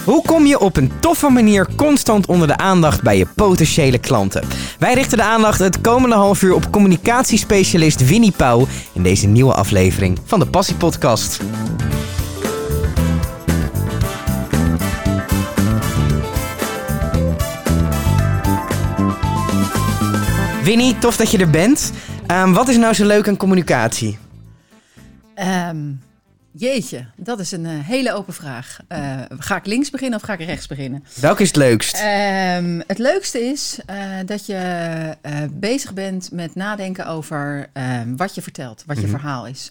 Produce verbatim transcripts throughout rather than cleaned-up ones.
Hoe kom je op een toffe manier constant onder de aandacht bij je potentiële klanten? Wij richten de aandacht het komende half uur op communicatiespecialist Winnie Pauw in deze nieuwe aflevering van de Passie Podcast. Winnie, tof dat je er bent. Um, wat is nou zo leuk aan communicatie? Um, jeetje, dat is een uh, hele open vraag. Uh, ga ik links beginnen of ga ik rechts beginnen? Welke is het leukst? Um, het leukste is uh, dat je uh, bezig bent met nadenken over uh, wat je vertelt, wat je mm-hmm. verhaal is.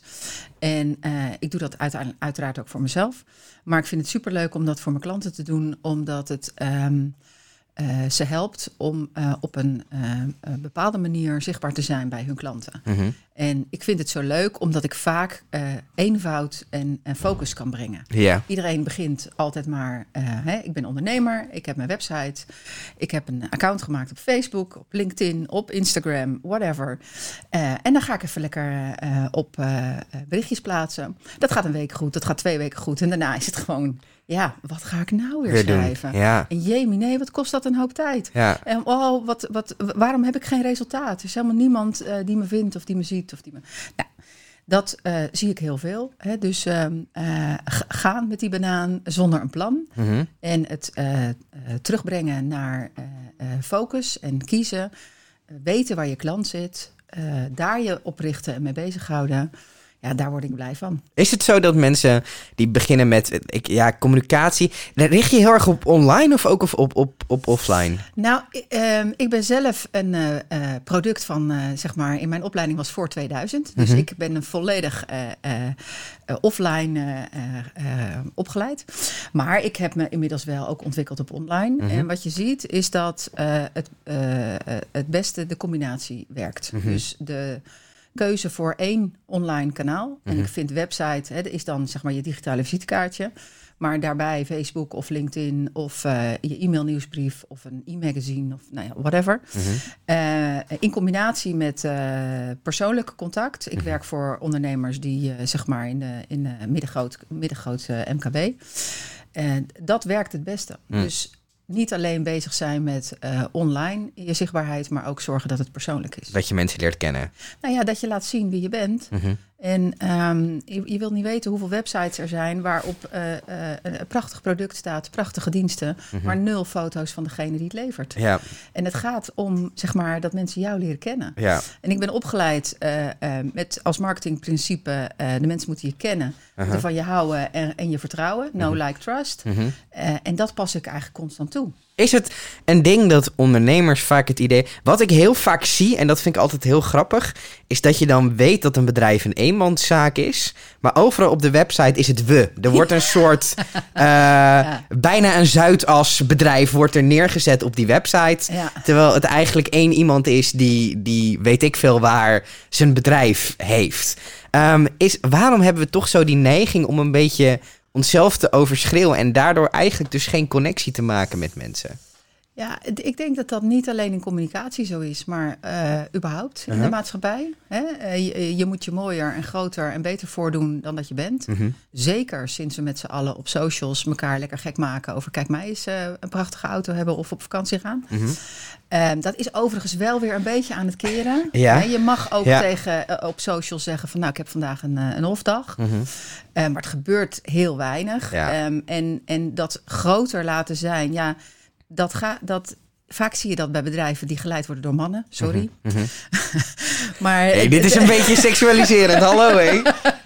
En uh, ik doe dat uit, uiteraard ook voor mezelf. Maar ik vind het superleuk om dat voor mijn klanten te doen, omdat het Um, Uh, ze helpt om uh, op een uh, uh, bepaalde manier zichtbaar te zijn bij hun klanten. Mm-hmm. En ik vind het zo leuk omdat ik vaak uh, eenvoud en, en focus kan brengen. Yeah. Iedereen begint altijd maar, uh, hè, ik ben ondernemer, ik heb mijn website, ik heb een account gemaakt op Facebook, op LinkedIn, op Instagram, whatever. Uh, en dan ga ik even lekker uh, op uh, berichtjes plaatsen. Dat gaat een week goed, dat gaat twee weken goed en daarna is het gewoon, ja, wat ga ik nou weer, weer schrijven? Ja. En jemie, nee, wat kost dat een hoop tijd? Ja. En oh, wat, wat, waarom heb ik geen resultaat? Er is helemaal niemand uh, die me vindt of die me ziet. Of die me... Nou, dat uh, zie ik heel veel. Hè? Dus uh, uh, g- gaan met die banaan zonder een plan. Mm-hmm. En het uh, uh, terugbrengen naar uh, uh, focus en kiezen. Uh, weten waar je klant zit. Uh, daar je op richten en mee bezighouden. Ja, daar word ik blij van. Is het zo dat mensen die beginnen met ik, ja, communicatie, richt je heel erg op online of ook op, op, op, op offline? Nou, uh, ik ben zelf een uh, product van, uh, zeg maar, in mijn opleiding was voor tweeduizend. Dus mm-hmm. ik ben een volledig uh, uh, uh, offline uh, uh, opgeleid. Maar ik heb me inmiddels wel ook ontwikkeld op online. Mm-hmm. En wat je ziet is dat uh, het, uh, het beste de combinatie werkt. Mm-hmm. Dus de keuze voor één online kanaal. Mm-hmm. En ik vind website, hè, is dan zeg maar je digitale visitekaartje. Maar daarbij Facebook of LinkedIn of uh, je e-mailnieuwsbrief of een e-magazine of nou ja, whatever. Mm-hmm. Uh, in combinatie met uh, persoonlijk contact. Ik mm-hmm. werk voor ondernemers die uh, zeg maar in de in de middengroot, middengroot uh, M K B. Uh, dat werkt het beste. Mm. Dus niet alleen bezig zijn met uh, online je zichtbaarheid, maar ook zorgen dat het persoonlijk is. Dat je mensen leert kennen. Nou ja, dat je laat zien wie je bent. Mm-hmm. En um, je, je wilt niet weten hoeveel websites er zijn waarop uh, uh, een prachtig product staat, prachtige diensten, mm-hmm. maar nul foto's van degene die het levert. Ja. En het gaat om, zeg maar, dat mensen jou leren kennen. Ja. En ik ben opgeleid uh, uh, met als marketingprincipe, uh, de mensen moeten je kennen, uh-huh. moeten van je houden en, en je vertrouwen. No, mm-hmm. like, trust. Mm-hmm. Uh, en dat pas ik eigenlijk constant toe. Is het een ding dat ondernemers vaak het idee... Wat ik heel vaak zie, en dat vind ik altijd heel grappig, is dat je dan weet dat een bedrijf een eenmanszaak is, maar overal op de website is het we. Er wordt een soort, uh, ja. bijna een Zuidas bedrijf wordt er neergezet op die website, ja. terwijl het eigenlijk één iemand is die, die weet ik veel waar zijn bedrijf heeft. Um, is, waarom hebben we toch zo die neiging om een beetje onszelf te overschreeuwen en daardoor eigenlijk dus geen connectie te maken met mensen? Ja, ik denk dat dat niet alleen in communicatie zo is, maar uh, überhaupt in uh-huh. de maatschappij. Hè? Uh, je, je moet je mooier en groter en beter voordoen dan dat je bent. Uh-huh. Zeker sinds we met z'n allen op socials elkaar lekker gek maken over kijk mij eens uh, een prachtige auto hebben of op vakantie gaan. Uh-huh. Uh, dat is overigens wel weer een beetje aan het keren. Ja. Je mag ook ja. tegen uh, op socials zeggen van nou ik heb vandaag een, uh, een hofdag. Uh-huh. Uh, maar het gebeurt heel weinig. Ja. Um, en, en dat groter laten zijn, ja... Dat ga, dat, vaak zie je dat bij bedrijven die geleid worden door mannen. Sorry. Mm-hmm. maar hey, dit is een beetje seksualiserend. Hallo, hé.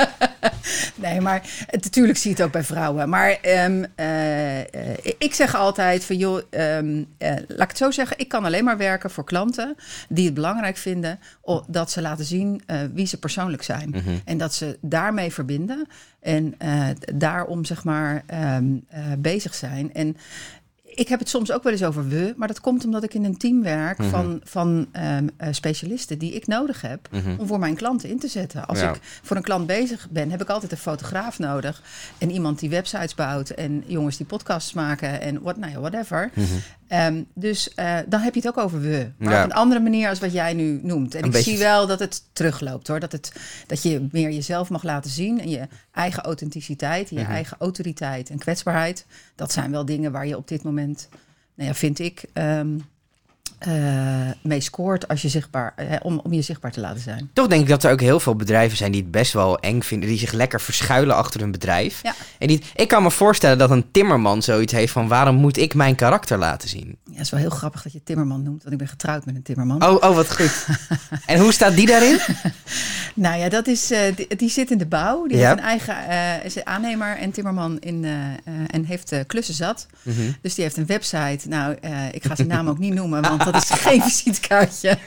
Nee, maar natuurlijk zie je het ook bij vrouwen. Maar um, uh, uh, ik zeg altijd van joh, um, uh, laat ik het zo zeggen. Ik kan alleen maar werken voor klanten die het belangrijk vinden oh, dat ze laten zien uh, wie ze persoonlijk zijn. Mm-hmm. En dat ze daarmee verbinden en uh, daarom zeg maar um, uh, bezig zijn. En ik heb het soms ook wel eens over we, maar dat komt omdat ik in een team werk mm-hmm. van, van um, uh, specialisten die ik nodig heb mm-hmm. om voor mijn klanten in te zetten. Als ja. ik voor een klant bezig ben, heb ik altijd een fotograaf nodig en iemand die websites bouwt en jongens die podcasts maken en what, nou ja, whatever. Mm-hmm. Um, dus uh, dan heb je het ook over we. Maar ja. op een andere manier als wat jij nu noemt. En een ik beetje... zie wel dat het terugloopt hoor. Dat, het, dat je meer jezelf mag laten zien. En je eigen authenticiteit, je mm-hmm. eigen autoriteit en kwetsbaarheid. Dat zijn wel dingen waar je op dit moment, nou ja, vind ik... Um, Uh, mee scoort als je zichtbaar, uh, om, om je zichtbaar te laten zijn. Toch denk ik dat er ook heel veel bedrijven zijn die het best wel eng vinden, die zich lekker verschuilen achter hun bedrijf. Ja. En die, ik kan me voorstellen dat een timmerman zoiets heeft van waarom moet ik mijn karakter laten zien? Ja, het is wel heel grappig dat je timmerman noemt, want ik ben getrouwd met een timmerman. Oh, oh wat goed. En hoe staat die daarin? Nou ja, dat is, uh, die, die zit in de bouw. Die ja. heeft een eigen uh, is een aannemer en timmerman in, uh, uh, en heeft uh, klussen zat. Mm-hmm. Dus die heeft een website. Nou, uh, ik ga zijn naam ook niet noemen, want dat is geen visitekaartje.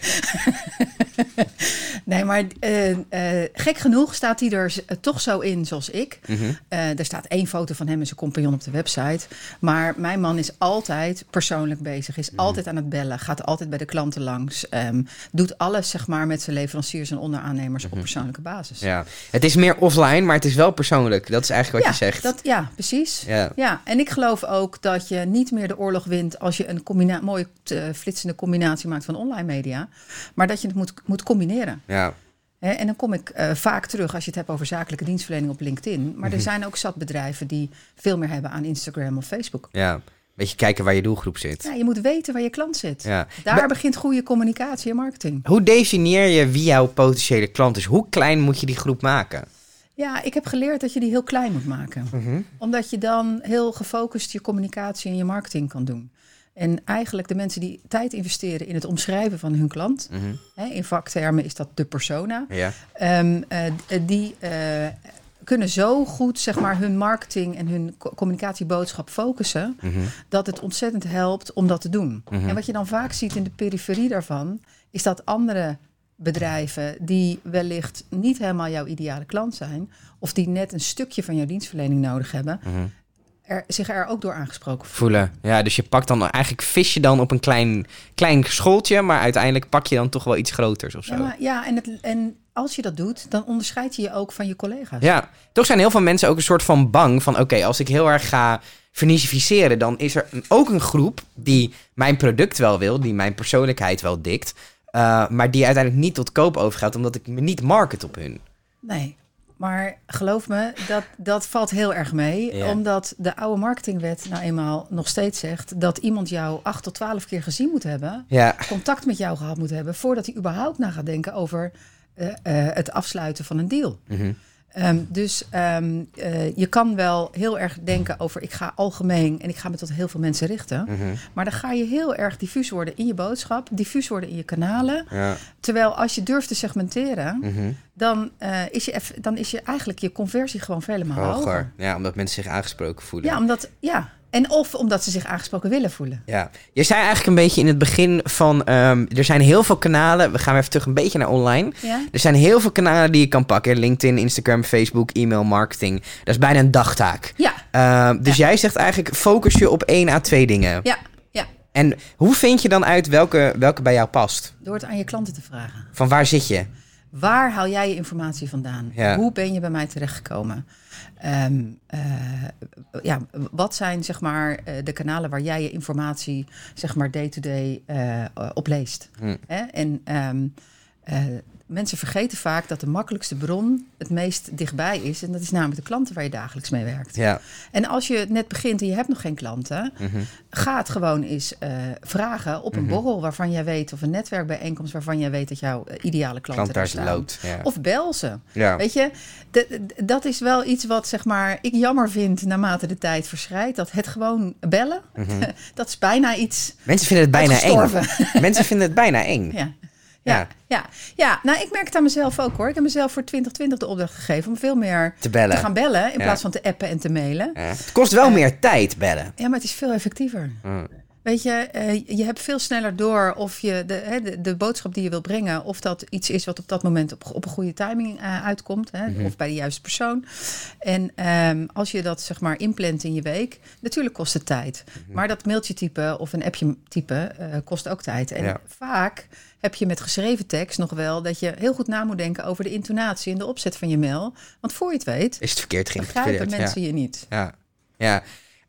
Nee, maar uh, uh, gek genoeg staat hij er uh, toch zo in zoals ik. Mm-hmm. Uh, er staat één foto van hem en zijn compagnon op de website. Maar mijn man is altijd persoonlijk bezig. Is mm-hmm. altijd aan het bellen. Gaat altijd bij de klanten langs. Um, doet alles zeg maar met zijn leveranciers en onderaannemers mm-hmm. op persoonlijke basis. Ja. Het is meer offline, maar het is wel persoonlijk. Dat is eigenlijk wat ja, je zegt. Dat, ja, precies. Ja. Ja, en ik geloof ook dat je niet meer de oorlog wint als je een combina- mooie uh, flitsende combinatie maakt van online media. Maar dat je het moet, moet combineren. Ja. He, en dan kom ik uh, vaak terug als je het hebt over zakelijke dienstverlening op LinkedIn. Maar mm-hmm. er zijn ook zat bedrijven die veel meer hebben aan Instagram of Facebook. Ja. Beetje kijken waar je doelgroep zit. Ja, je moet weten waar je klant zit. Ja. Daar Be- begint goede communicatie en marketing. Hoe definieer je wie jouw potentiële klant is? Hoe klein moet je die groep maken? Ja, ik heb geleerd dat je die heel klein moet maken. Mm-hmm. Omdat je dan heel gefocust je communicatie en je marketing kan doen. En eigenlijk de mensen die tijd investeren in het omschrijven van hun klant. Mm-hmm. Hè, in vaktermen is dat de persona. Ja. Um, uh, die... Uh, kunnen zo goed zeg maar, hun marketing en hun co- communicatieboodschap focussen... Mm-hmm. dat het ontzettend helpt om dat te doen. Mm-hmm. En wat je dan vaak ziet in de periferie daarvan... is dat andere bedrijven die wellicht niet helemaal jouw ideale klant zijn... of die net een stukje van jouw dienstverlening nodig hebben... Mm-hmm. Er, zich er ook door aangesproken voelen. voelen. Ja, dus je pakt dan eigenlijk vis je dan op een klein, klein schooltje... maar uiteindelijk pak je dan toch wel iets groters of zo. Ja, maar, ja en, het, en als je dat doet, dan onderscheid je je ook van je collega's. Ja, toch zijn heel veel mensen ook een soort van bang van... oké, okay, als ik heel erg ga vernissificeren... dan is er een, ook een groep die mijn product wel wil... die mijn persoonlijkheid wel dikt... Uh, maar die uiteindelijk niet tot koop overgaat... omdat ik me niet market op hun. Nee. Maar geloof me, dat, dat valt heel erg mee. Yeah. Omdat de oude marketingwet nou eenmaal nog steeds zegt... dat iemand jou acht tot twaalf keer gezien moet hebben... Yeah. contact met jou gehad moet hebben... voordat hij überhaupt na gaat denken over uh, uh, het afsluiten van een deal. Mm-hmm. Um, dus um, uh, je kan wel heel erg denken over... ik ga algemeen en ik ga me tot heel veel mensen richten. Mm-hmm. Maar dan ga je heel erg diffuus worden in je boodschap... diffuus worden in je kanalen. Ja. Terwijl als je durft te segmenteren... Mm-hmm. Dan, uh, is je eff- dan is je eigenlijk je conversie gewoon vele malen hoger. hoger. Ja, omdat mensen zich aangesproken voelen. Ja, omdat... Ja. En of omdat ze zich aangesproken willen voelen. Ja, je zei eigenlijk een beetje in het begin van... Um, er zijn heel veel kanalen. We gaan even terug een beetje naar online. Ja? Er zijn heel veel kanalen die je kan pakken. LinkedIn, Instagram, Facebook, e-mail, marketing. Dat is bijna een dagtaak. Ja. Uh, dus ja. Jij zegt eigenlijk, focus je op één à twee dingen. Ja, ja. En hoe vind je dan uit welke, welke bij jou past? Door het aan je klanten te vragen. Van waar zit je? Waar haal jij je informatie vandaan? Ja. Hoe ben je bij mij terechtgekomen? Um, uh, ja, wat zijn zeg maar uh, de kanalen waar jij je informatie zeg maar day-to-day uh, op leest? Hmm. Hè? En um, uh, mensen vergeten vaak dat de makkelijkste bron het meest dichtbij is. En dat is namelijk de klanten waar je dagelijks mee werkt. Ja. En als je net begint en je hebt nog geen klanten... Mm-hmm. ga het gewoon eens uh, vragen op een mm-hmm. borrel waarvan jij weet... of een netwerkbijeenkomst waarvan jij weet dat jouw uh, ideale klanten Klant daar staan. Loopt, ja. Of bel ze. Ja. Weet je, d- d- dat is wel iets wat zeg maar ik jammer vind naarmate de tijd verschrijdt. Dat het gewoon bellen, mm-hmm. dat is bijna iets... Mensen vinden het bijna eng. Mensen vinden het bijna eng. Ja. Ja, ja. Ja, ja, nou, ik merk het aan mezelf ook hoor. Ik heb mezelf voor twintig twintig de opdracht gegeven om veel meer te, bellen. te gaan bellen in ja. plaats van te appen en te mailen. Ja. Het kost wel uh, meer tijd bellen. Ja, maar het is veel effectiever. Mm. Weet je, uh, je hebt veel sneller door of je de, hè, de, de boodschap die je wil brengen, of dat iets is wat op dat moment op, op een goede timing uh, uitkomt, hè, mm-hmm. of bij de juiste persoon. En um, als je dat zeg maar inplant in je week, natuurlijk kost het tijd. Mm-hmm. Maar dat mailtje typen of een appje typen uh, kost ook tijd. En ja. vaak heb je met geschreven tekst nog wel dat je heel goed na moet denken over de intonatie en de opzet van je mail. Want voor je het weet, is het verkeerd geïnterpreteerd. begrijpen mensen ja. je niet. Ja, ja.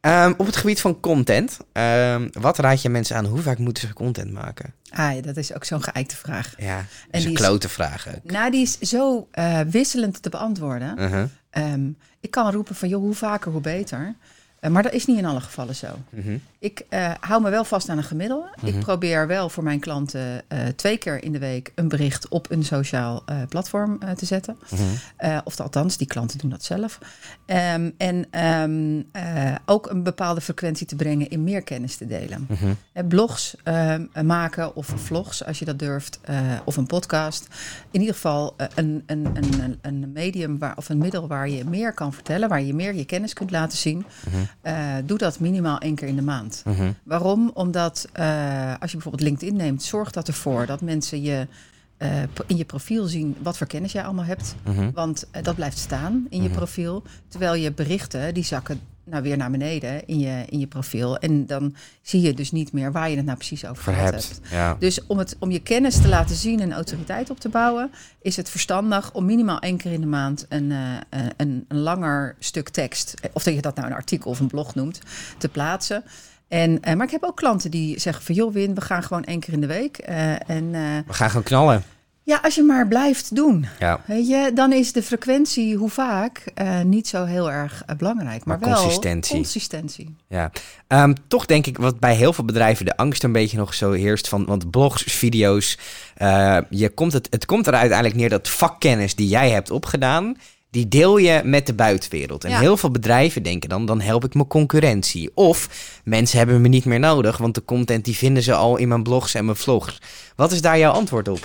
Um, op het gebied van content, um, wat raad je mensen aan? Hoe vaak moeten ze content maken? Ah, ja, dat is ook zo'n geëikte vraag. Ja, dat is een klote vraag ook. Nou, die is zo uh, wisselend te beantwoorden. Uh-huh. Um, ik kan roepen van, joh, hoe vaker, hoe beter. Uh, maar dat is niet in alle gevallen zo. Uh-huh. Ik uh, hou me wel vast aan een gemiddelde. Uh-huh. Ik probeer wel voor mijn klanten uh, twee keer in de week een bericht op een sociaal uh, platform uh, te zetten. Uh-huh. Uh, of althans, die klanten doen dat zelf. Um, en um, uh, ook een bepaalde frequentie te brengen in meer kennis te delen. Uh-huh. Uh, blogs uh, maken of vlogs, als je dat durft, uh, of een podcast. In ieder geval uh, een, een, een, een medium waar, of een middel waar je meer kan vertellen, waar je meer je kennis kunt laten zien. Uh-huh. Uh, doe dat minimaal één keer in de maand. Uh-huh. Waarom? Omdat uh, als je bijvoorbeeld LinkedIn neemt, zorgt dat ervoor dat mensen je uh, in je profiel zien wat voor kennis jij allemaal hebt. Uh-huh. Want uh, dat blijft staan in uh-huh. je profiel. Terwijl je berichten, die zakken nou weer naar beneden in je, in je profiel. En dan zie je dus niet meer waar je het nou precies over gehad hebt. Ja. Dus om, het, om je kennis te laten zien en autoriteit op te bouwen, is het verstandig om minimaal één keer in de maand een, uh, een, een langer stuk tekst, of dat je dat nou een artikel of een blog noemt, te plaatsen. En, uh, maar ik heb ook klanten die zeggen van, joh Win, we gaan gewoon één keer in de week. Uh, en, uh, we gaan gewoon knallen. Ja, als je maar blijft doen, ja. weet je, dan is de frequentie, hoe vaak, uh, niet zo heel erg uh, belangrijk. Maar, maar wel consistentie. consistentie. Ja, um, toch denk ik wat bij heel veel bedrijven de angst een beetje nog zo heerst van, want blogs, video's, uh, je komt het, het komt er uiteindelijk neer dat vakkennis die jij hebt opgedaan, die deel je met de buitenwereld. En ja. heel veel bedrijven denken dan, dan help ik mijn concurrentie. Of mensen hebben me niet meer nodig, want de content die vinden ze al in mijn blogs en mijn vlogs. Wat is daar jouw antwoord op?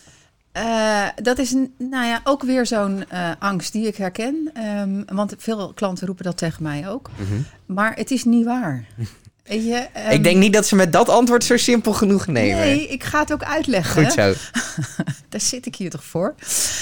Uh, dat is nou ja, ook weer zo'n uh, angst die ik herken. Um, want veel klanten roepen dat tegen mij ook. Mm-hmm. Maar het is niet waar. Weet je, um, ik denk niet dat ze met dat antwoord zo simpel genoeg nemen. Nee, ik ga het ook uitleggen. Goed zo. Daar zit ik hier toch voor.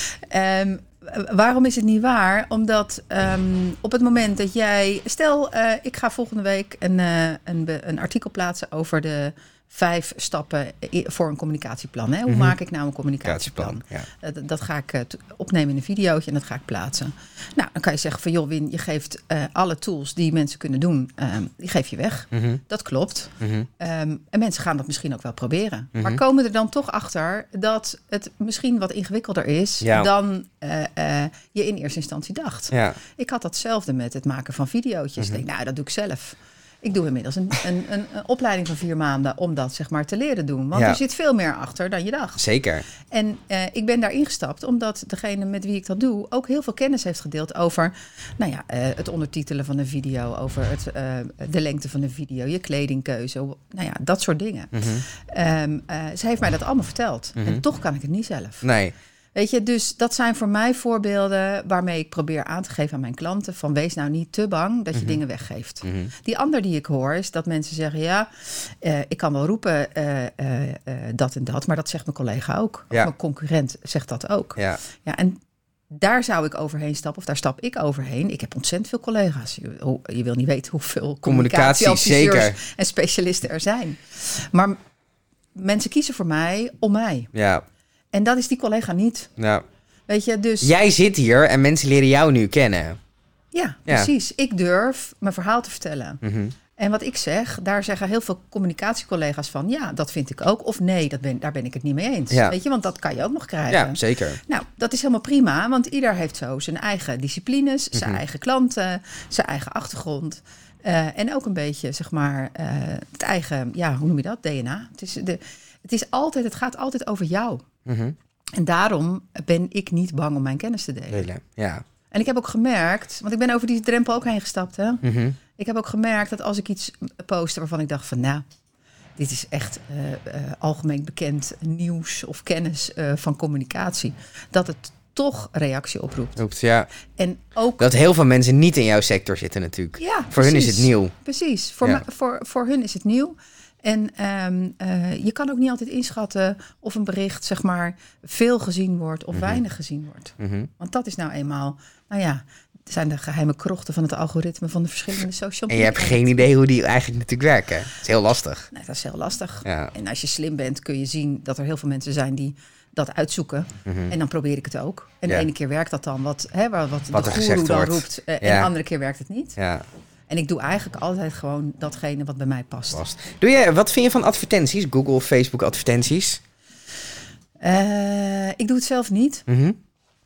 Um, waarom is het niet waar? Omdat um, op het moment dat jij... Stel, uh, ik ga volgende week een, uh, een, een artikel plaatsen over de vijf stappen voor een communicatieplan. Hè? Hoe mm-hmm. maak ik nou een communicatieplan? Ja. Dat, dat ga ik uh, opnemen in een videootje en dat ga ik plaatsen. Nou, dan kan je zeggen van, joh Win, je geeft uh, alle tools die mensen kunnen doen, um, die geef je weg. Mm-hmm. Dat klopt. Mm-hmm. Um, en mensen gaan dat misschien ook wel proberen. Mm-hmm. Maar komen er dan toch achter dat het misschien wat ingewikkelder is ja. dan uh, uh, je in eerste instantie dacht. Ja. Ik had datzelfde met het maken van videootjes. Mm-hmm. Ik denk, nou, dat doe ik zelf. Ik doe inmiddels een, een, een, een opleiding van vier maanden om dat zeg maar te leren doen. Want ja. er zit veel meer achter dan je dacht. Zeker. En uh, ik ben daar ingestapt omdat degene met wie ik dat doe ook heel veel kennis heeft gedeeld over nou ja, uh, het ondertitelen van een video, over het, uh, de lengte van de video, je kledingkeuze, nou ja, dat soort dingen. Mm-hmm. Um, uh, ze heeft mij dat allemaal verteld. Mm-hmm. En toch kan ik het niet zelf. Nee. Weet je, dus dat zijn voor mij voorbeelden waarmee ik probeer aan te geven aan mijn klanten van wees nou niet te bang dat je mm-hmm. dingen weggeeft. Mm-hmm. Die ander die ik hoor is dat mensen zeggen ja, uh, ik kan wel roepen uh, uh, uh, dat en dat, maar dat zegt mijn collega ook. Of ja. mijn concurrent zegt dat ook. Ja. Ja, en daar zou ik overheen stappen, of daar stap ik overheen. Ik heb ontzettend veel collega's. Je, je wil niet weten hoeveel communicatieadviseurs en specialisten er zijn. Maar mensen kiezen voor mij om mij. Ja. En dat is die collega niet. Ja. Weet je, dus... Jij zit hier en mensen leren jou nu kennen. Ja, ja. precies. Ik durf mijn verhaal te vertellen. Mm-hmm. En wat ik zeg, daar zeggen heel veel communicatiecollega's van... ja, dat vind ik ook. Of nee, dat ben, daar ben ik het niet mee eens. Ja. Weet je, want dat kan je ook nog krijgen. Ja, zeker. Nou, dat is helemaal prima. Want ieder heeft zo zijn eigen disciplines... Mm-hmm. zijn eigen klanten, zijn eigen achtergrond... Uh, en ook een beetje, zeg maar, uh, het eigen... ja, hoe noem je dat? D N A. Het is, de, het is altijd, het gaat altijd over jou. Mm-hmm. En daarom ben ik niet bang om mijn kennis te delen. Delen, ja. En ik heb ook gemerkt, want ik ben over die drempel ook heen gestapt. Hè? Mm-hmm. Ik heb ook gemerkt dat als ik iets postte waarvan ik dacht van... nou, dit is echt uh, uh, algemeen bekend nieuws of kennis uh, van communicatie... dat het toch reactie oproept. Oeps, ja. En ook dat heel veel mensen niet in jouw sector zitten natuurlijk. Ja, voor precies. hun is het nieuw. Precies, voor, ja. ma- voor, voor hun is het nieuw. En um, uh, je kan ook niet altijd inschatten of een bericht, zeg maar, veel gezien wordt of mm-hmm. weinig gezien wordt. Mm-hmm. Want dat is nou eenmaal, nou ja, zijn de geheime krochten van het algoritme van de verschillende social media. En je hebt geen idee hoe die eigenlijk natuurlijk werken. Het is heel lastig. Nee, dat is heel lastig. Ja. En als je slim bent, kun je zien dat er heel veel mensen zijn die dat uitzoeken. Mm-hmm. En dan probeer ik het ook. En ja. de ene keer werkt dat dan, wat, hè, wat, wat, wat de goeroe dan roept. Uh, ja. En de andere keer werkt het niet. Ja. En ik doe eigenlijk altijd gewoon datgene wat bij mij past. past. Doe je, wat vind je van advertenties? Google, Facebook advertenties? Uh, ik doe het zelf niet. Mm-hmm.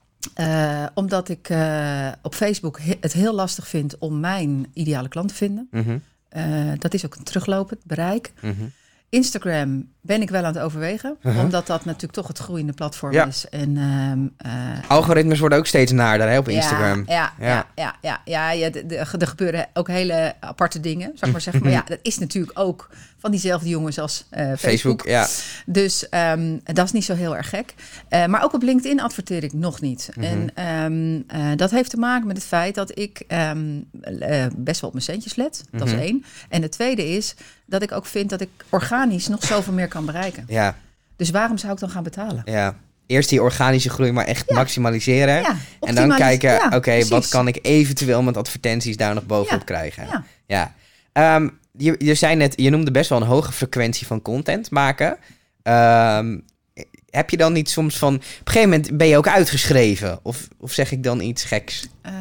Uh, omdat ik uh, op Facebook he- het heel lastig vind om mijn ideale klant te vinden. Mm-hmm. Uh, dat is ook een teruglopend bereik. Mm-hmm. Instagram ben ik wel aan het overwegen. Uh-huh. Omdat dat natuurlijk toch het groeiende platform ja. is. En, um, uh, algoritmes worden ook steeds naarder hè, op Instagram. Ja, ja, ja. ja, ja, ja, ja de, de, er gebeuren ook hele aparte dingen, zou ik maar zeggen. Maar ja, dat is natuurlijk ook van diezelfde jongens als uh, Facebook. Facebook, ja. Dus um, dat is niet zo heel erg gek. Uh, maar ook op LinkedIn adverteer ik nog niet. Mm-hmm. En um, uh, dat heeft te maken met het feit dat ik um, uh, best wel op mijn centjes let. Dat mm-hmm. is één. En het tweede is dat ik ook vind dat ik organisch nog zoveel meer kan bereiken. Ja. Dus waarom zou ik dan gaan betalen? Ja. Eerst die organische groei maar echt ja. maximaliseren. Ja, en dan kijken, ja, oké, okay, wat kan ik eventueel met advertenties daar nog bovenop ja. krijgen? Ja. ja. Um, je, je zei net, je noemde best wel een hoge frequentie van content maken. Um, heb je dan niet soms van... Op een gegeven moment ben je ook uitgeschreven? Of, of zeg ik dan iets geks? Uh,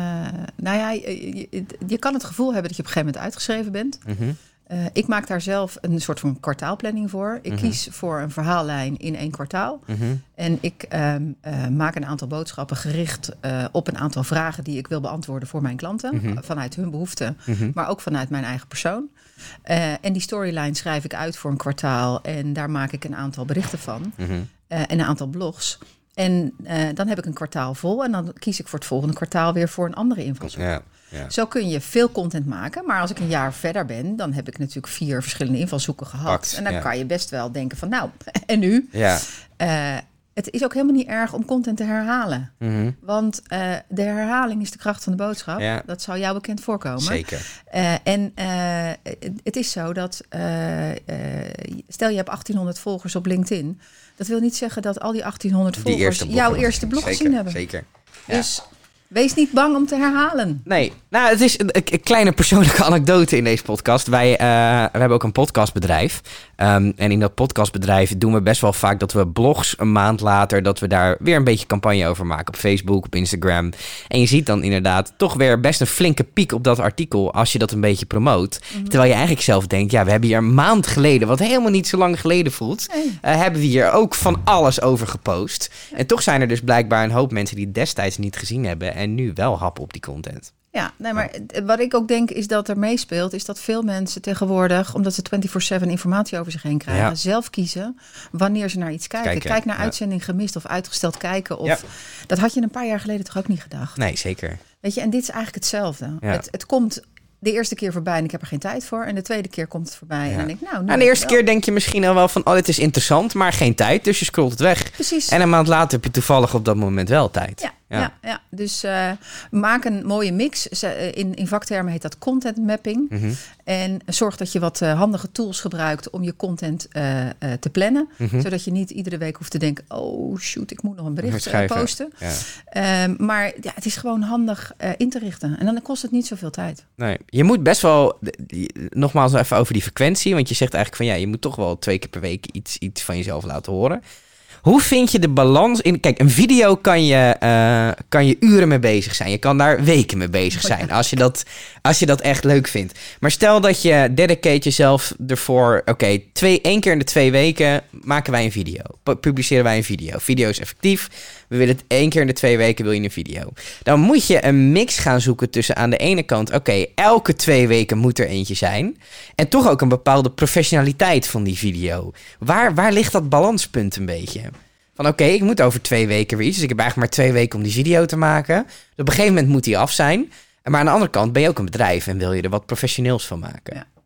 nou ja, je, je, je kan het gevoel hebben dat je op een gegeven moment uitgeschreven bent. Mm-hmm. Uh, ik maak daar zelf een soort van kwartaalplanning voor. Ik mm-hmm. kies voor een verhaallijn in één kwartaal. Mm-hmm. En ik um, uh, maak een aantal boodschappen gericht uh, op een aantal vragen die ik wil beantwoorden voor mijn klanten. Mm-hmm. Vanuit hun behoeften, mm-hmm. maar ook vanuit mijn eigen persoon. Uh, en die storyline schrijf ik uit voor een kwartaal. En daar maak ik een aantal berichten van. Mm-hmm. Uh, en een aantal blogs. En uh, dan heb ik een kwartaal vol. En dan kies ik voor het volgende kwartaal weer voor een andere invalshoek. Ja. Ja. Zo kun je veel content maken. Maar als ik een jaar verder ben, dan heb ik natuurlijk vier verschillende invalshoeken gehad. Pakt, en dan ja. kan je best wel denken van nou, en nu? Ja. Uh, het is ook helemaal niet erg om content te herhalen. Mm-hmm. Want uh, de herhaling is de kracht van de boodschap. Ja. Dat zou jou bekend voorkomen. Zeker. Uh, en uh, het is zo dat, uh, uh, stel je hebt achttienhonderd volgers op LinkedIn. Dat wil niet zeggen dat al die achttienhonderd volgers eerste jouw eerste blog zeker, gezien hebben. Zeker. Ja. Dus wees niet bang om te herhalen. Nee, nou, het is een, een kleine persoonlijke anekdote in deze podcast. Wij uh, we hebben ook een podcastbedrijf. Um, en in dat podcastbedrijf doen we best wel vaak dat we blogs een maand later... dat we daar weer een beetje campagne over maken op Facebook, op Instagram. En je ziet dan inderdaad toch weer best een flinke piek op dat artikel... als je dat een beetje promoot. Mm-hmm. Terwijl je eigenlijk zelf denkt, ja, we hebben hier een maand geleden... wat helemaal niet zo lang geleden voelt... Nee. Uh, hebben we hier ook van alles over gepost. Ja. En toch zijn er dus blijkbaar een hoop mensen die het destijds niet gezien hebben... en nu wel happen op die content. Ja, nee, maar wat ik ook denk is dat er meespeelt... is dat veel mensen tegenwoordig, omdat ze vierentwintig zeven informatie over zich heen krijgen... Ja. zelf kiezen wanneer ze naar iets kijken. kijken. Kijk naar ja. uitzending gemist of uitgesteld kijken. Of, ja. Dat had je een paar jaar geleden toch ook niet gedacht? Nee, zeker. Weet je, en dit is eigenlijk hetzelfde. Ja. Het, het komt... de eerste keer voorbij en ik heb er geen tijd voor. En de tweede keer komt het voorbij. Ja. En dan denk ik, nou... En de eerste keer denk je misschien al wel van... oh, dit is interessant, maar geen tijd. Dus je scrolt het weg. Precies. En een maand later heb je toevallig op dat moment wel tijd. Ja, ja. ja, ja. Dus uh, maak een mooie mix. In, in vaktermen heet dat content mapping. Mm-hmm. En zorg dat je wat uh, handige tools gebruikt... om je content uh, uh, te plannen. Mm-hmm. Zodat je niet iedere week hoeft te denken... oh shoot, ik moet nog een bericht uh, posten. Ja. Uh, maar ja, het is gewoon handig uh, in te richten. En dan kost het niet zoveel tijd. Nee, je moet best wel... Nogmaals even over die frequentie. Want je zegt eigenlijk van... ja, je moet toch wel twee keer per week iets, iets van jezelf laten horen. Hoe vind je de balans in... Kijk, een video kan je, uh, kan je uren mee bezig zijn. Je kan daar weken mee bezig zijn. Als je dat, als je dat echt leuk vindt. Maar stel dat je dedicate jezelf ervoor... Oké, okay, twee, één keer in de twee weken maken wij een video. Publiceren wij een video. Video is effectief. We willen het één keer in de twee weken wil je een video. Dan moet je een mix gaan zoeken tussen aan de ene kant... Oké, okay, elke twee weken moet er eentje zijn. En toch ook een bepaalde professionaliteit van die video. Waar, waar ligt dat balanspunt een beetje? Van oké, okay, ik moet over twee weken weer iets. Dus ik heb eigenlijk maar twee weken om die video te maken. Dus op een gegeven moment moet die af zijn. Maar aan de andere kant ben je ook een bedrijf... en wil je er wat professioneels van maken. Ja,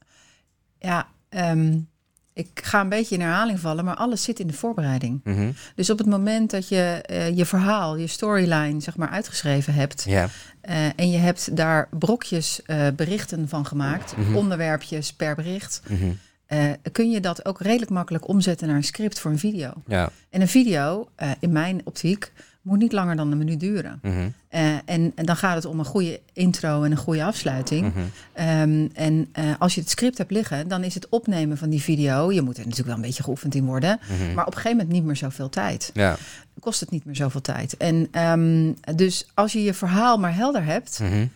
ja um, ik ga een beetje in herhaling vallen... maar alles zit in de voorbereiding. Mm-hmm. Dus op het moment dat je uh, je verhaal, je storyline... zeg maar uitgeschreven hebt... Ja. Uh, en je hebt daar brokjes uh, berichten van gemaakt... Mm-hmm. onderwerpjes per bericht... Mm-hmm. Uh, kun je dat ook redelijk makkelijk omzetten naar een script voor een video. Ja. En een video, uh, in mijn optiek, moet niet langer dan een minuut duren. Mm-hmm. Uh, en, en dan gaat het om een goede intro en een goede afsluiting. Mm-hmm. Um, en uh, als je het script hebt liggen, dan is het opnemen van die video... je moet er natuurlijk wel een beetje geoefend in worden... Mm-hmm. maar op een gegeven moment niet meer zoveel tijd. Ja. Kost het niet meer zoveel tijd. En um, dus als je je verhaal maar helder hebt... Mm-hmm.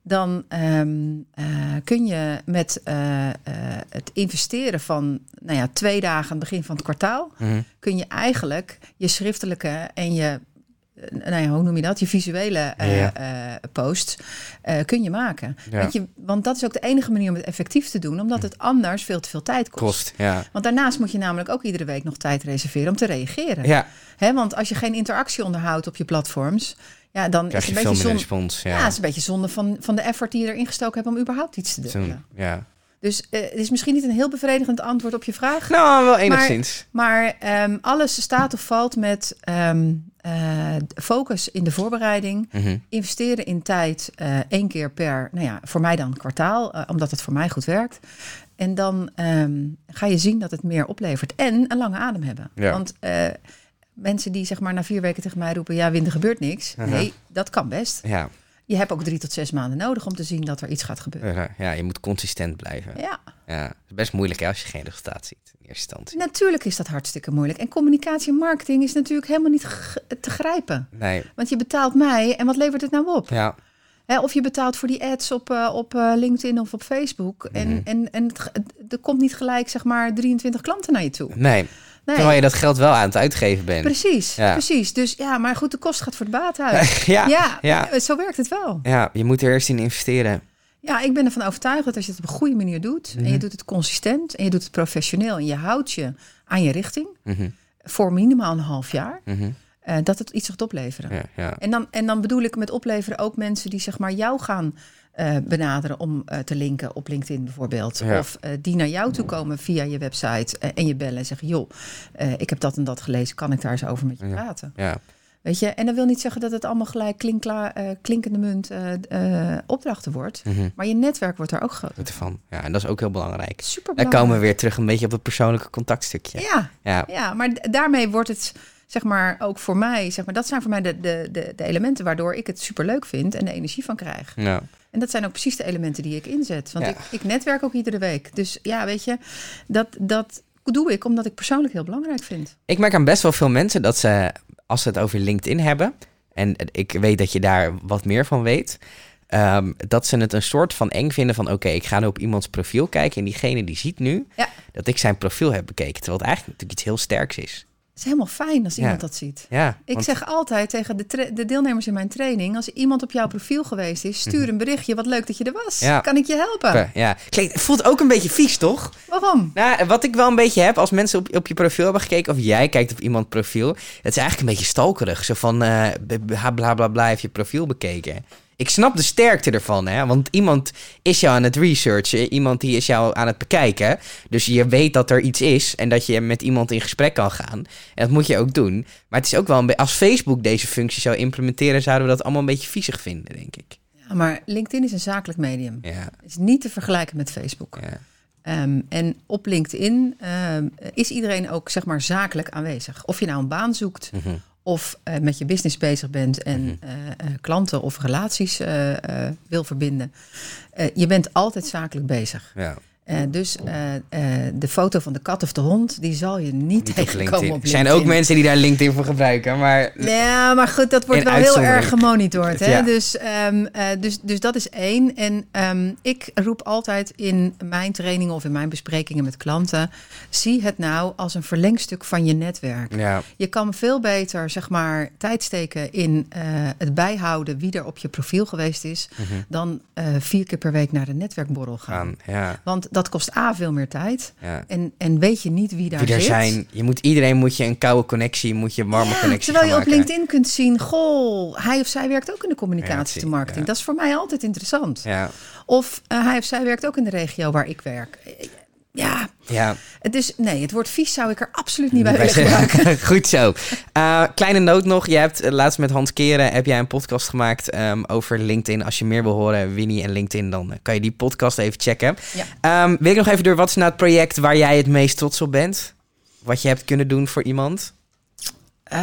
dan um, uh, kun je met uh, uh, het investeren van nou ja, twee dagen aan het begin van het kwartaal, mm-hmm. kun je eigenlijk je schriftelijke en je, nou ja, hoe noem je dat, je visuele uh, ja. uh, post uh, kun je maken. Ja. Want, je, want dat is ook de enige manier om het effectief te doen, omdat het anders veel te veel tijd kost. kost ja. Want daarnaast moet je namelijk ook iedere week nog tijd reserveren om te reageren. Ja. Hè, want als je geen interactie onderhoudt op je platforms, ja, dan krijg is het je een beetje zonde. Respons, ja. ja, het is een beetje zonde van, van de effort die je erin gestoken hebt om überhaupt iets te delen. Ja. Dus uh, het is misschien niet een heel bevredigend antwoord op je vraag. Nou, wel enigszins. Maar, maar um, alles staat of valt met um, uh, focus in de voorbereiding. Mm-hmm. Investeren in tijd uh, één keer per, nou ja, voor mij dan kwartaal. Uh, omdat het voor mij goed werkt. En dan um, ga je zien dat het meer oplevert. En een lange adem hebben. Ja. Want uh, mensen die zeg maar na vier weken tegen mij roepen, ja, Win, er gebeurt niks. Uh-huh. Nee, dat kan best. Ja. Je hebt ook drie tot zes maanden nodig om te zien dat er iets gaat gebeuren. Ja, je moet consistent blijven. Ja. Ja, het is best moeilijk hè, als je geen resultaat ziet in eerste instantie. Natuurlijk is dat hartstikke moeilijk. En communicatie en marketing is natuurlijk helemaal niet g- te grijpen. Nee. Want je betaalt mij en wat levert het nou op? Ja. Hè, of je betaalt voor die ads op, uh, op uh, LinkedIn of op Facebook. Mm. En, en, en het, er komt niet gelijk zeg maar drieëntwintig klanten naar je toe. Nee. Nee. Terwijl je dat geld wel aan het uitgeven bent. Precies, ja. precies. Dus ja, maar goed, de kost gaat voor de baat uit. ja, ja, ja, zo werkt het wel. Ja, je moet er eerst in investeren. Ja, ik ben ervan overtuigd dat als je het op een goede manier doet, mm-hmm. en je doet het consistent en je doet het professioneel en je houdt je aan je richting, mm-hmm. voor minimaal een half jaar, mm-hmm. uh, dat het iets gaat opleveren. Ja, ja. En, dan, en dan bedoel ik met opleveren ook mensen die zeg maar jou gaan Uh, benaderen om uh, te linken op LinkedIn bijvoorbeeld. Ja. Of uh, die naar jou toe komen via je website uh, en je bellen en zeggen, joh, uh, ik heb dat en dat gelezen, kan ik daar eens over met je ja. praten? Ja. Weet je, en dat wil niet zeggen dat het allemaal gelijk klinkla, uh, klinkende munt uh, uh, opdrachten wordt. Mm-hmm. Maar je netwerk wordt daar ook groter van. Ja, en dat is ook heel belangrijk. Superbelangrijk. Dan komen we weer terug een beetje op het persoonlijke contactstukje. Ja, ja. ja maar d- daarmee wordt het, zeg maar, ook voor mij, zeg maar, dat zijn voor mij de, de, de, de elementen waardoor ik het superleuk vind en de energie van krijg. Ja. En dat zijn ook precies de elementen die ik inzet. Want ja. ik, ik netwerk ook iedere week. Dus ja, weet je, dat, dat doe ik omdat ik persoonlijk heel belangrijk vind. Ik merk aan best wel veel mensen dat ze, als ze het over LinkedIn hebben, en ik weet dat je daar wat meer van weet, um, dat ze het een soort van eng vinden van, oké, okay, ik ga nu op iemands profiel kijken en diegene die ziet nu ja. dat ik zijn profiel heb bekeken. Terwijl het eigenlijk natuurlijk iets heel sterks is. Het is helemaal fijn als iemand ja. dat ziet. Ja, ik want... zeg altijd tegen de, tra- de deelnemers in mijn training, als iemand op jouw profiel geweest is, stuur een berichtje, wat leuk dat je er was. Ja. Kan ik je helpen? Ja. Klinkt, het voelt ook een beetje vies, toch? Waarom? Nou, wat ik wel een beetje heb, als mensen op, op je profiel hebben gekeken, of jij kijkt op iemands profiel, het is eigenlijk een beetje stalkerig. Zo van, uh, bla bla bla bla, heeft je profiel bekeken. Ik snap de sterkte ervan, hè? Want iemand is jou aan het researchen, iemand die is jou aan het bekijken. Dus je weet dat er iets is en dat je met iemand in gesprek kan gaan. En dat moet je ook doen. Maar het is ook wel een beetje, als Facebook deze functie zou implementeren, zouden we dat allemaal een beetje viezig vinden, denk ik. Ja, maar LinkedIn is een zakelijk medium. Ja. Het is niet te vergelijken met Facebook. Ja. Um, en op LinkedIn um, is iedereen ook, zeg maar, zakelijk aanwezig. Of je nou een baan zoekt, mm-hmm. of uh, met je business bezig bent en mm-hmm. uh, uh, klanten of relaties uh, uh, wil verbinden. Uh, je bent altijd zakelijk bezig. Ja. Uh, dus uh, uh, de foto van de kat of de hond, die zal je niet, niet tegenkomen op LinkedIn. Er zijn ook mensen die daar LinkedIn voor gebruiken, maar... Ja, maar goed, dat wordt wel heel erg gemonitord. Hè? Ja. Dus, um, uh, dus, dus dat is één. En um, ik roep altijd in mijn trainingen of in mijn besprekingen met klanten, zie het nou als een verlengstuk van je netwerk. Ja. Je kan veel beter, zeg maar, tijd steken in uh, het bijhouden wie er op je profiel geweest is, mm-hmm. dan uh, vier keer per week naar de netwerkborrel gaan. gaan ja. Want dat kost A, veel meer tijd. Ja. En, en weet je niet wie daar wie er zit. Zijn. Je moet, iedereen moet je een koude connectie, moet je een warme ja, connectie terwijl je gaan op maken. LinkedIn kunt zien, goh, hij of zij werkt ook in de communicatie te marketing. Ja. Dat is voor mij altijd interessant. Ja. Of uh, hij of zij werkt ook in de regio waar ik werk. Ja, ja. Het is, nee, het woord vies zou ik er absoluut niet bij willen gebruiken. Goed zo. Uh, kleine noot nog. Je hebt uh, laatst met Hans Keren heb jij een podcast gemaakt um, over LinkedIn. Als je meer wil horen, Winnie en LinkedIn, dan uh, kan je die podcast even checken. Ja. Um, wil ik nog even door, wat is nou het project waar jij het meest trots op bent? Wat je hebt kunnen doen voor iemand? Uh,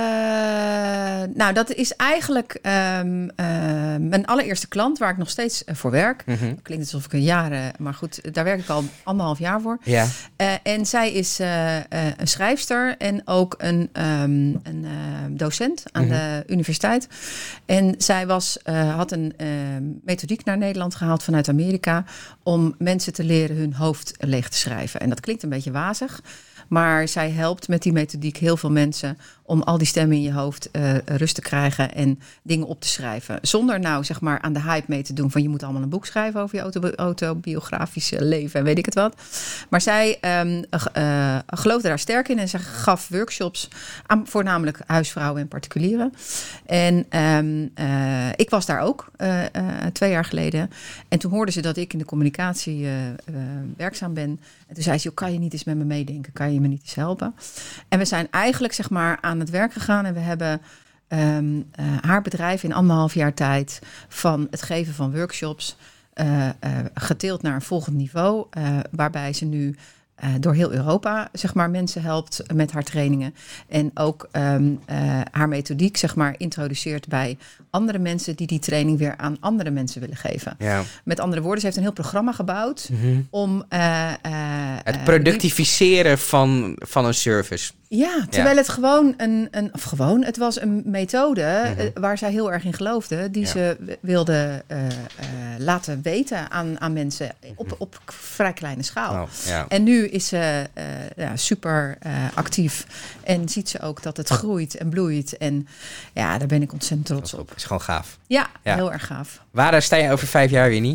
nou, dat is eigenlijk um, uh, mijn allereerste klant waar ik nog steeds uh, voor werk. Mm-hmm. Klinkt alsof ik een jaren, maar goed, daar werk ik al anderhalf jaar voor. Ja. Uh, en zij is uh, uh, een schrijfster en ook een, um, een uh, docent aan mm-hmm. de universiteit. En zij was, uh, had een uh, methodiek naar Nederland gehaald vanuit Amerika om mensen te leren hun hoofd leeg te schrijven. En dat klinkt een beetje wazig. Maar zij helpt met die methodiek heel veel mensen om al die stemmen in je hoofd uh, rust te krijgen en dingen op te schrijven. Zonder nou zeg maar aan de hype mee te doen van je moet allemaal een boek schrijven over je auto- autobiografische leven en weet ik het wat. Maar zij um, uh, geloofde daar sterk in en ze gaf workshops aan voornamelijk huisvrouwen en particulieren. En um, uh, ik was daar ook uh, uh, twee jaar geleden. En toen hoorde ze dat ik in de communicatie uh, uh, werkzaam ben. En toen zei ze, kan je niet eens met me meedenken? Kan je me niet eens helpen? En we zijn eigenlijk zeg maar aan het werk gegaan. En we hebben um, uh, haar bedrijf in anderhalf jaar tijd van het geven van workshops uh, uh, geteeld naar een volgend niveau. Uh, waarbij ze nu uh, door heel Europa zeg maar mensen helpt met haar trainingen. En ook um, uh, haar methodiek zeg maar introduceert bij andere mensen die die training weer aan andere mensen willen geven. Ja. Met andere woorden, ze heeft een heel programma gebouwd mm-hmm. om uh, uh, het productificeren die... van, van een service. Ja, terwijl ja. het gewoon een, een, of gewoon, het was een methode mm-hmm. uh, waar zij heel erg in geloofde, die ja. ze wilde uh, uh, laten weten aan, aan mensen op, op vrij kleine schaal. Oh, ja. En nu is ze uh, ja, super uh, actief en ziet ze ook dat het groeit en bloeit. En ja, daar ben ik ontzettend trots op. Het is gewoon gaaf. Ja, ja. heel erg gaaf. Waar sta je over vijf jaar, Winnie?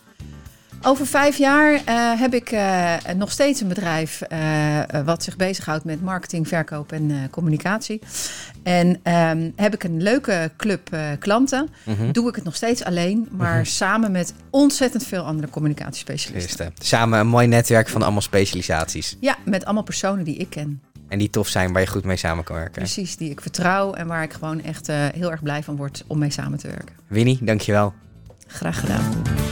Over vijf jaar uh, heb ik uh, nog steeds een bedrijf uh, wat zich bezighoudt met marketing, verkoop en uh, communicatie. En um, heb ik een leuke club uh, klanten. Mm-hmm. Doe ik het nog steeds alleen, maar mm-hmm. samen met ontzettend veel andere communicatiespecialisten. Samen een mooi netwerk van allemaal specialisaties. Ja, met allemaal personen die ik ken. En die tof zijn, waar je goed mee samen kan werken. Precies, die ik vertrouw en waar ik gewoon echt uh, heel erg blij van word om mee samen te werken. Winnie, dankjewel. Graag gedaan.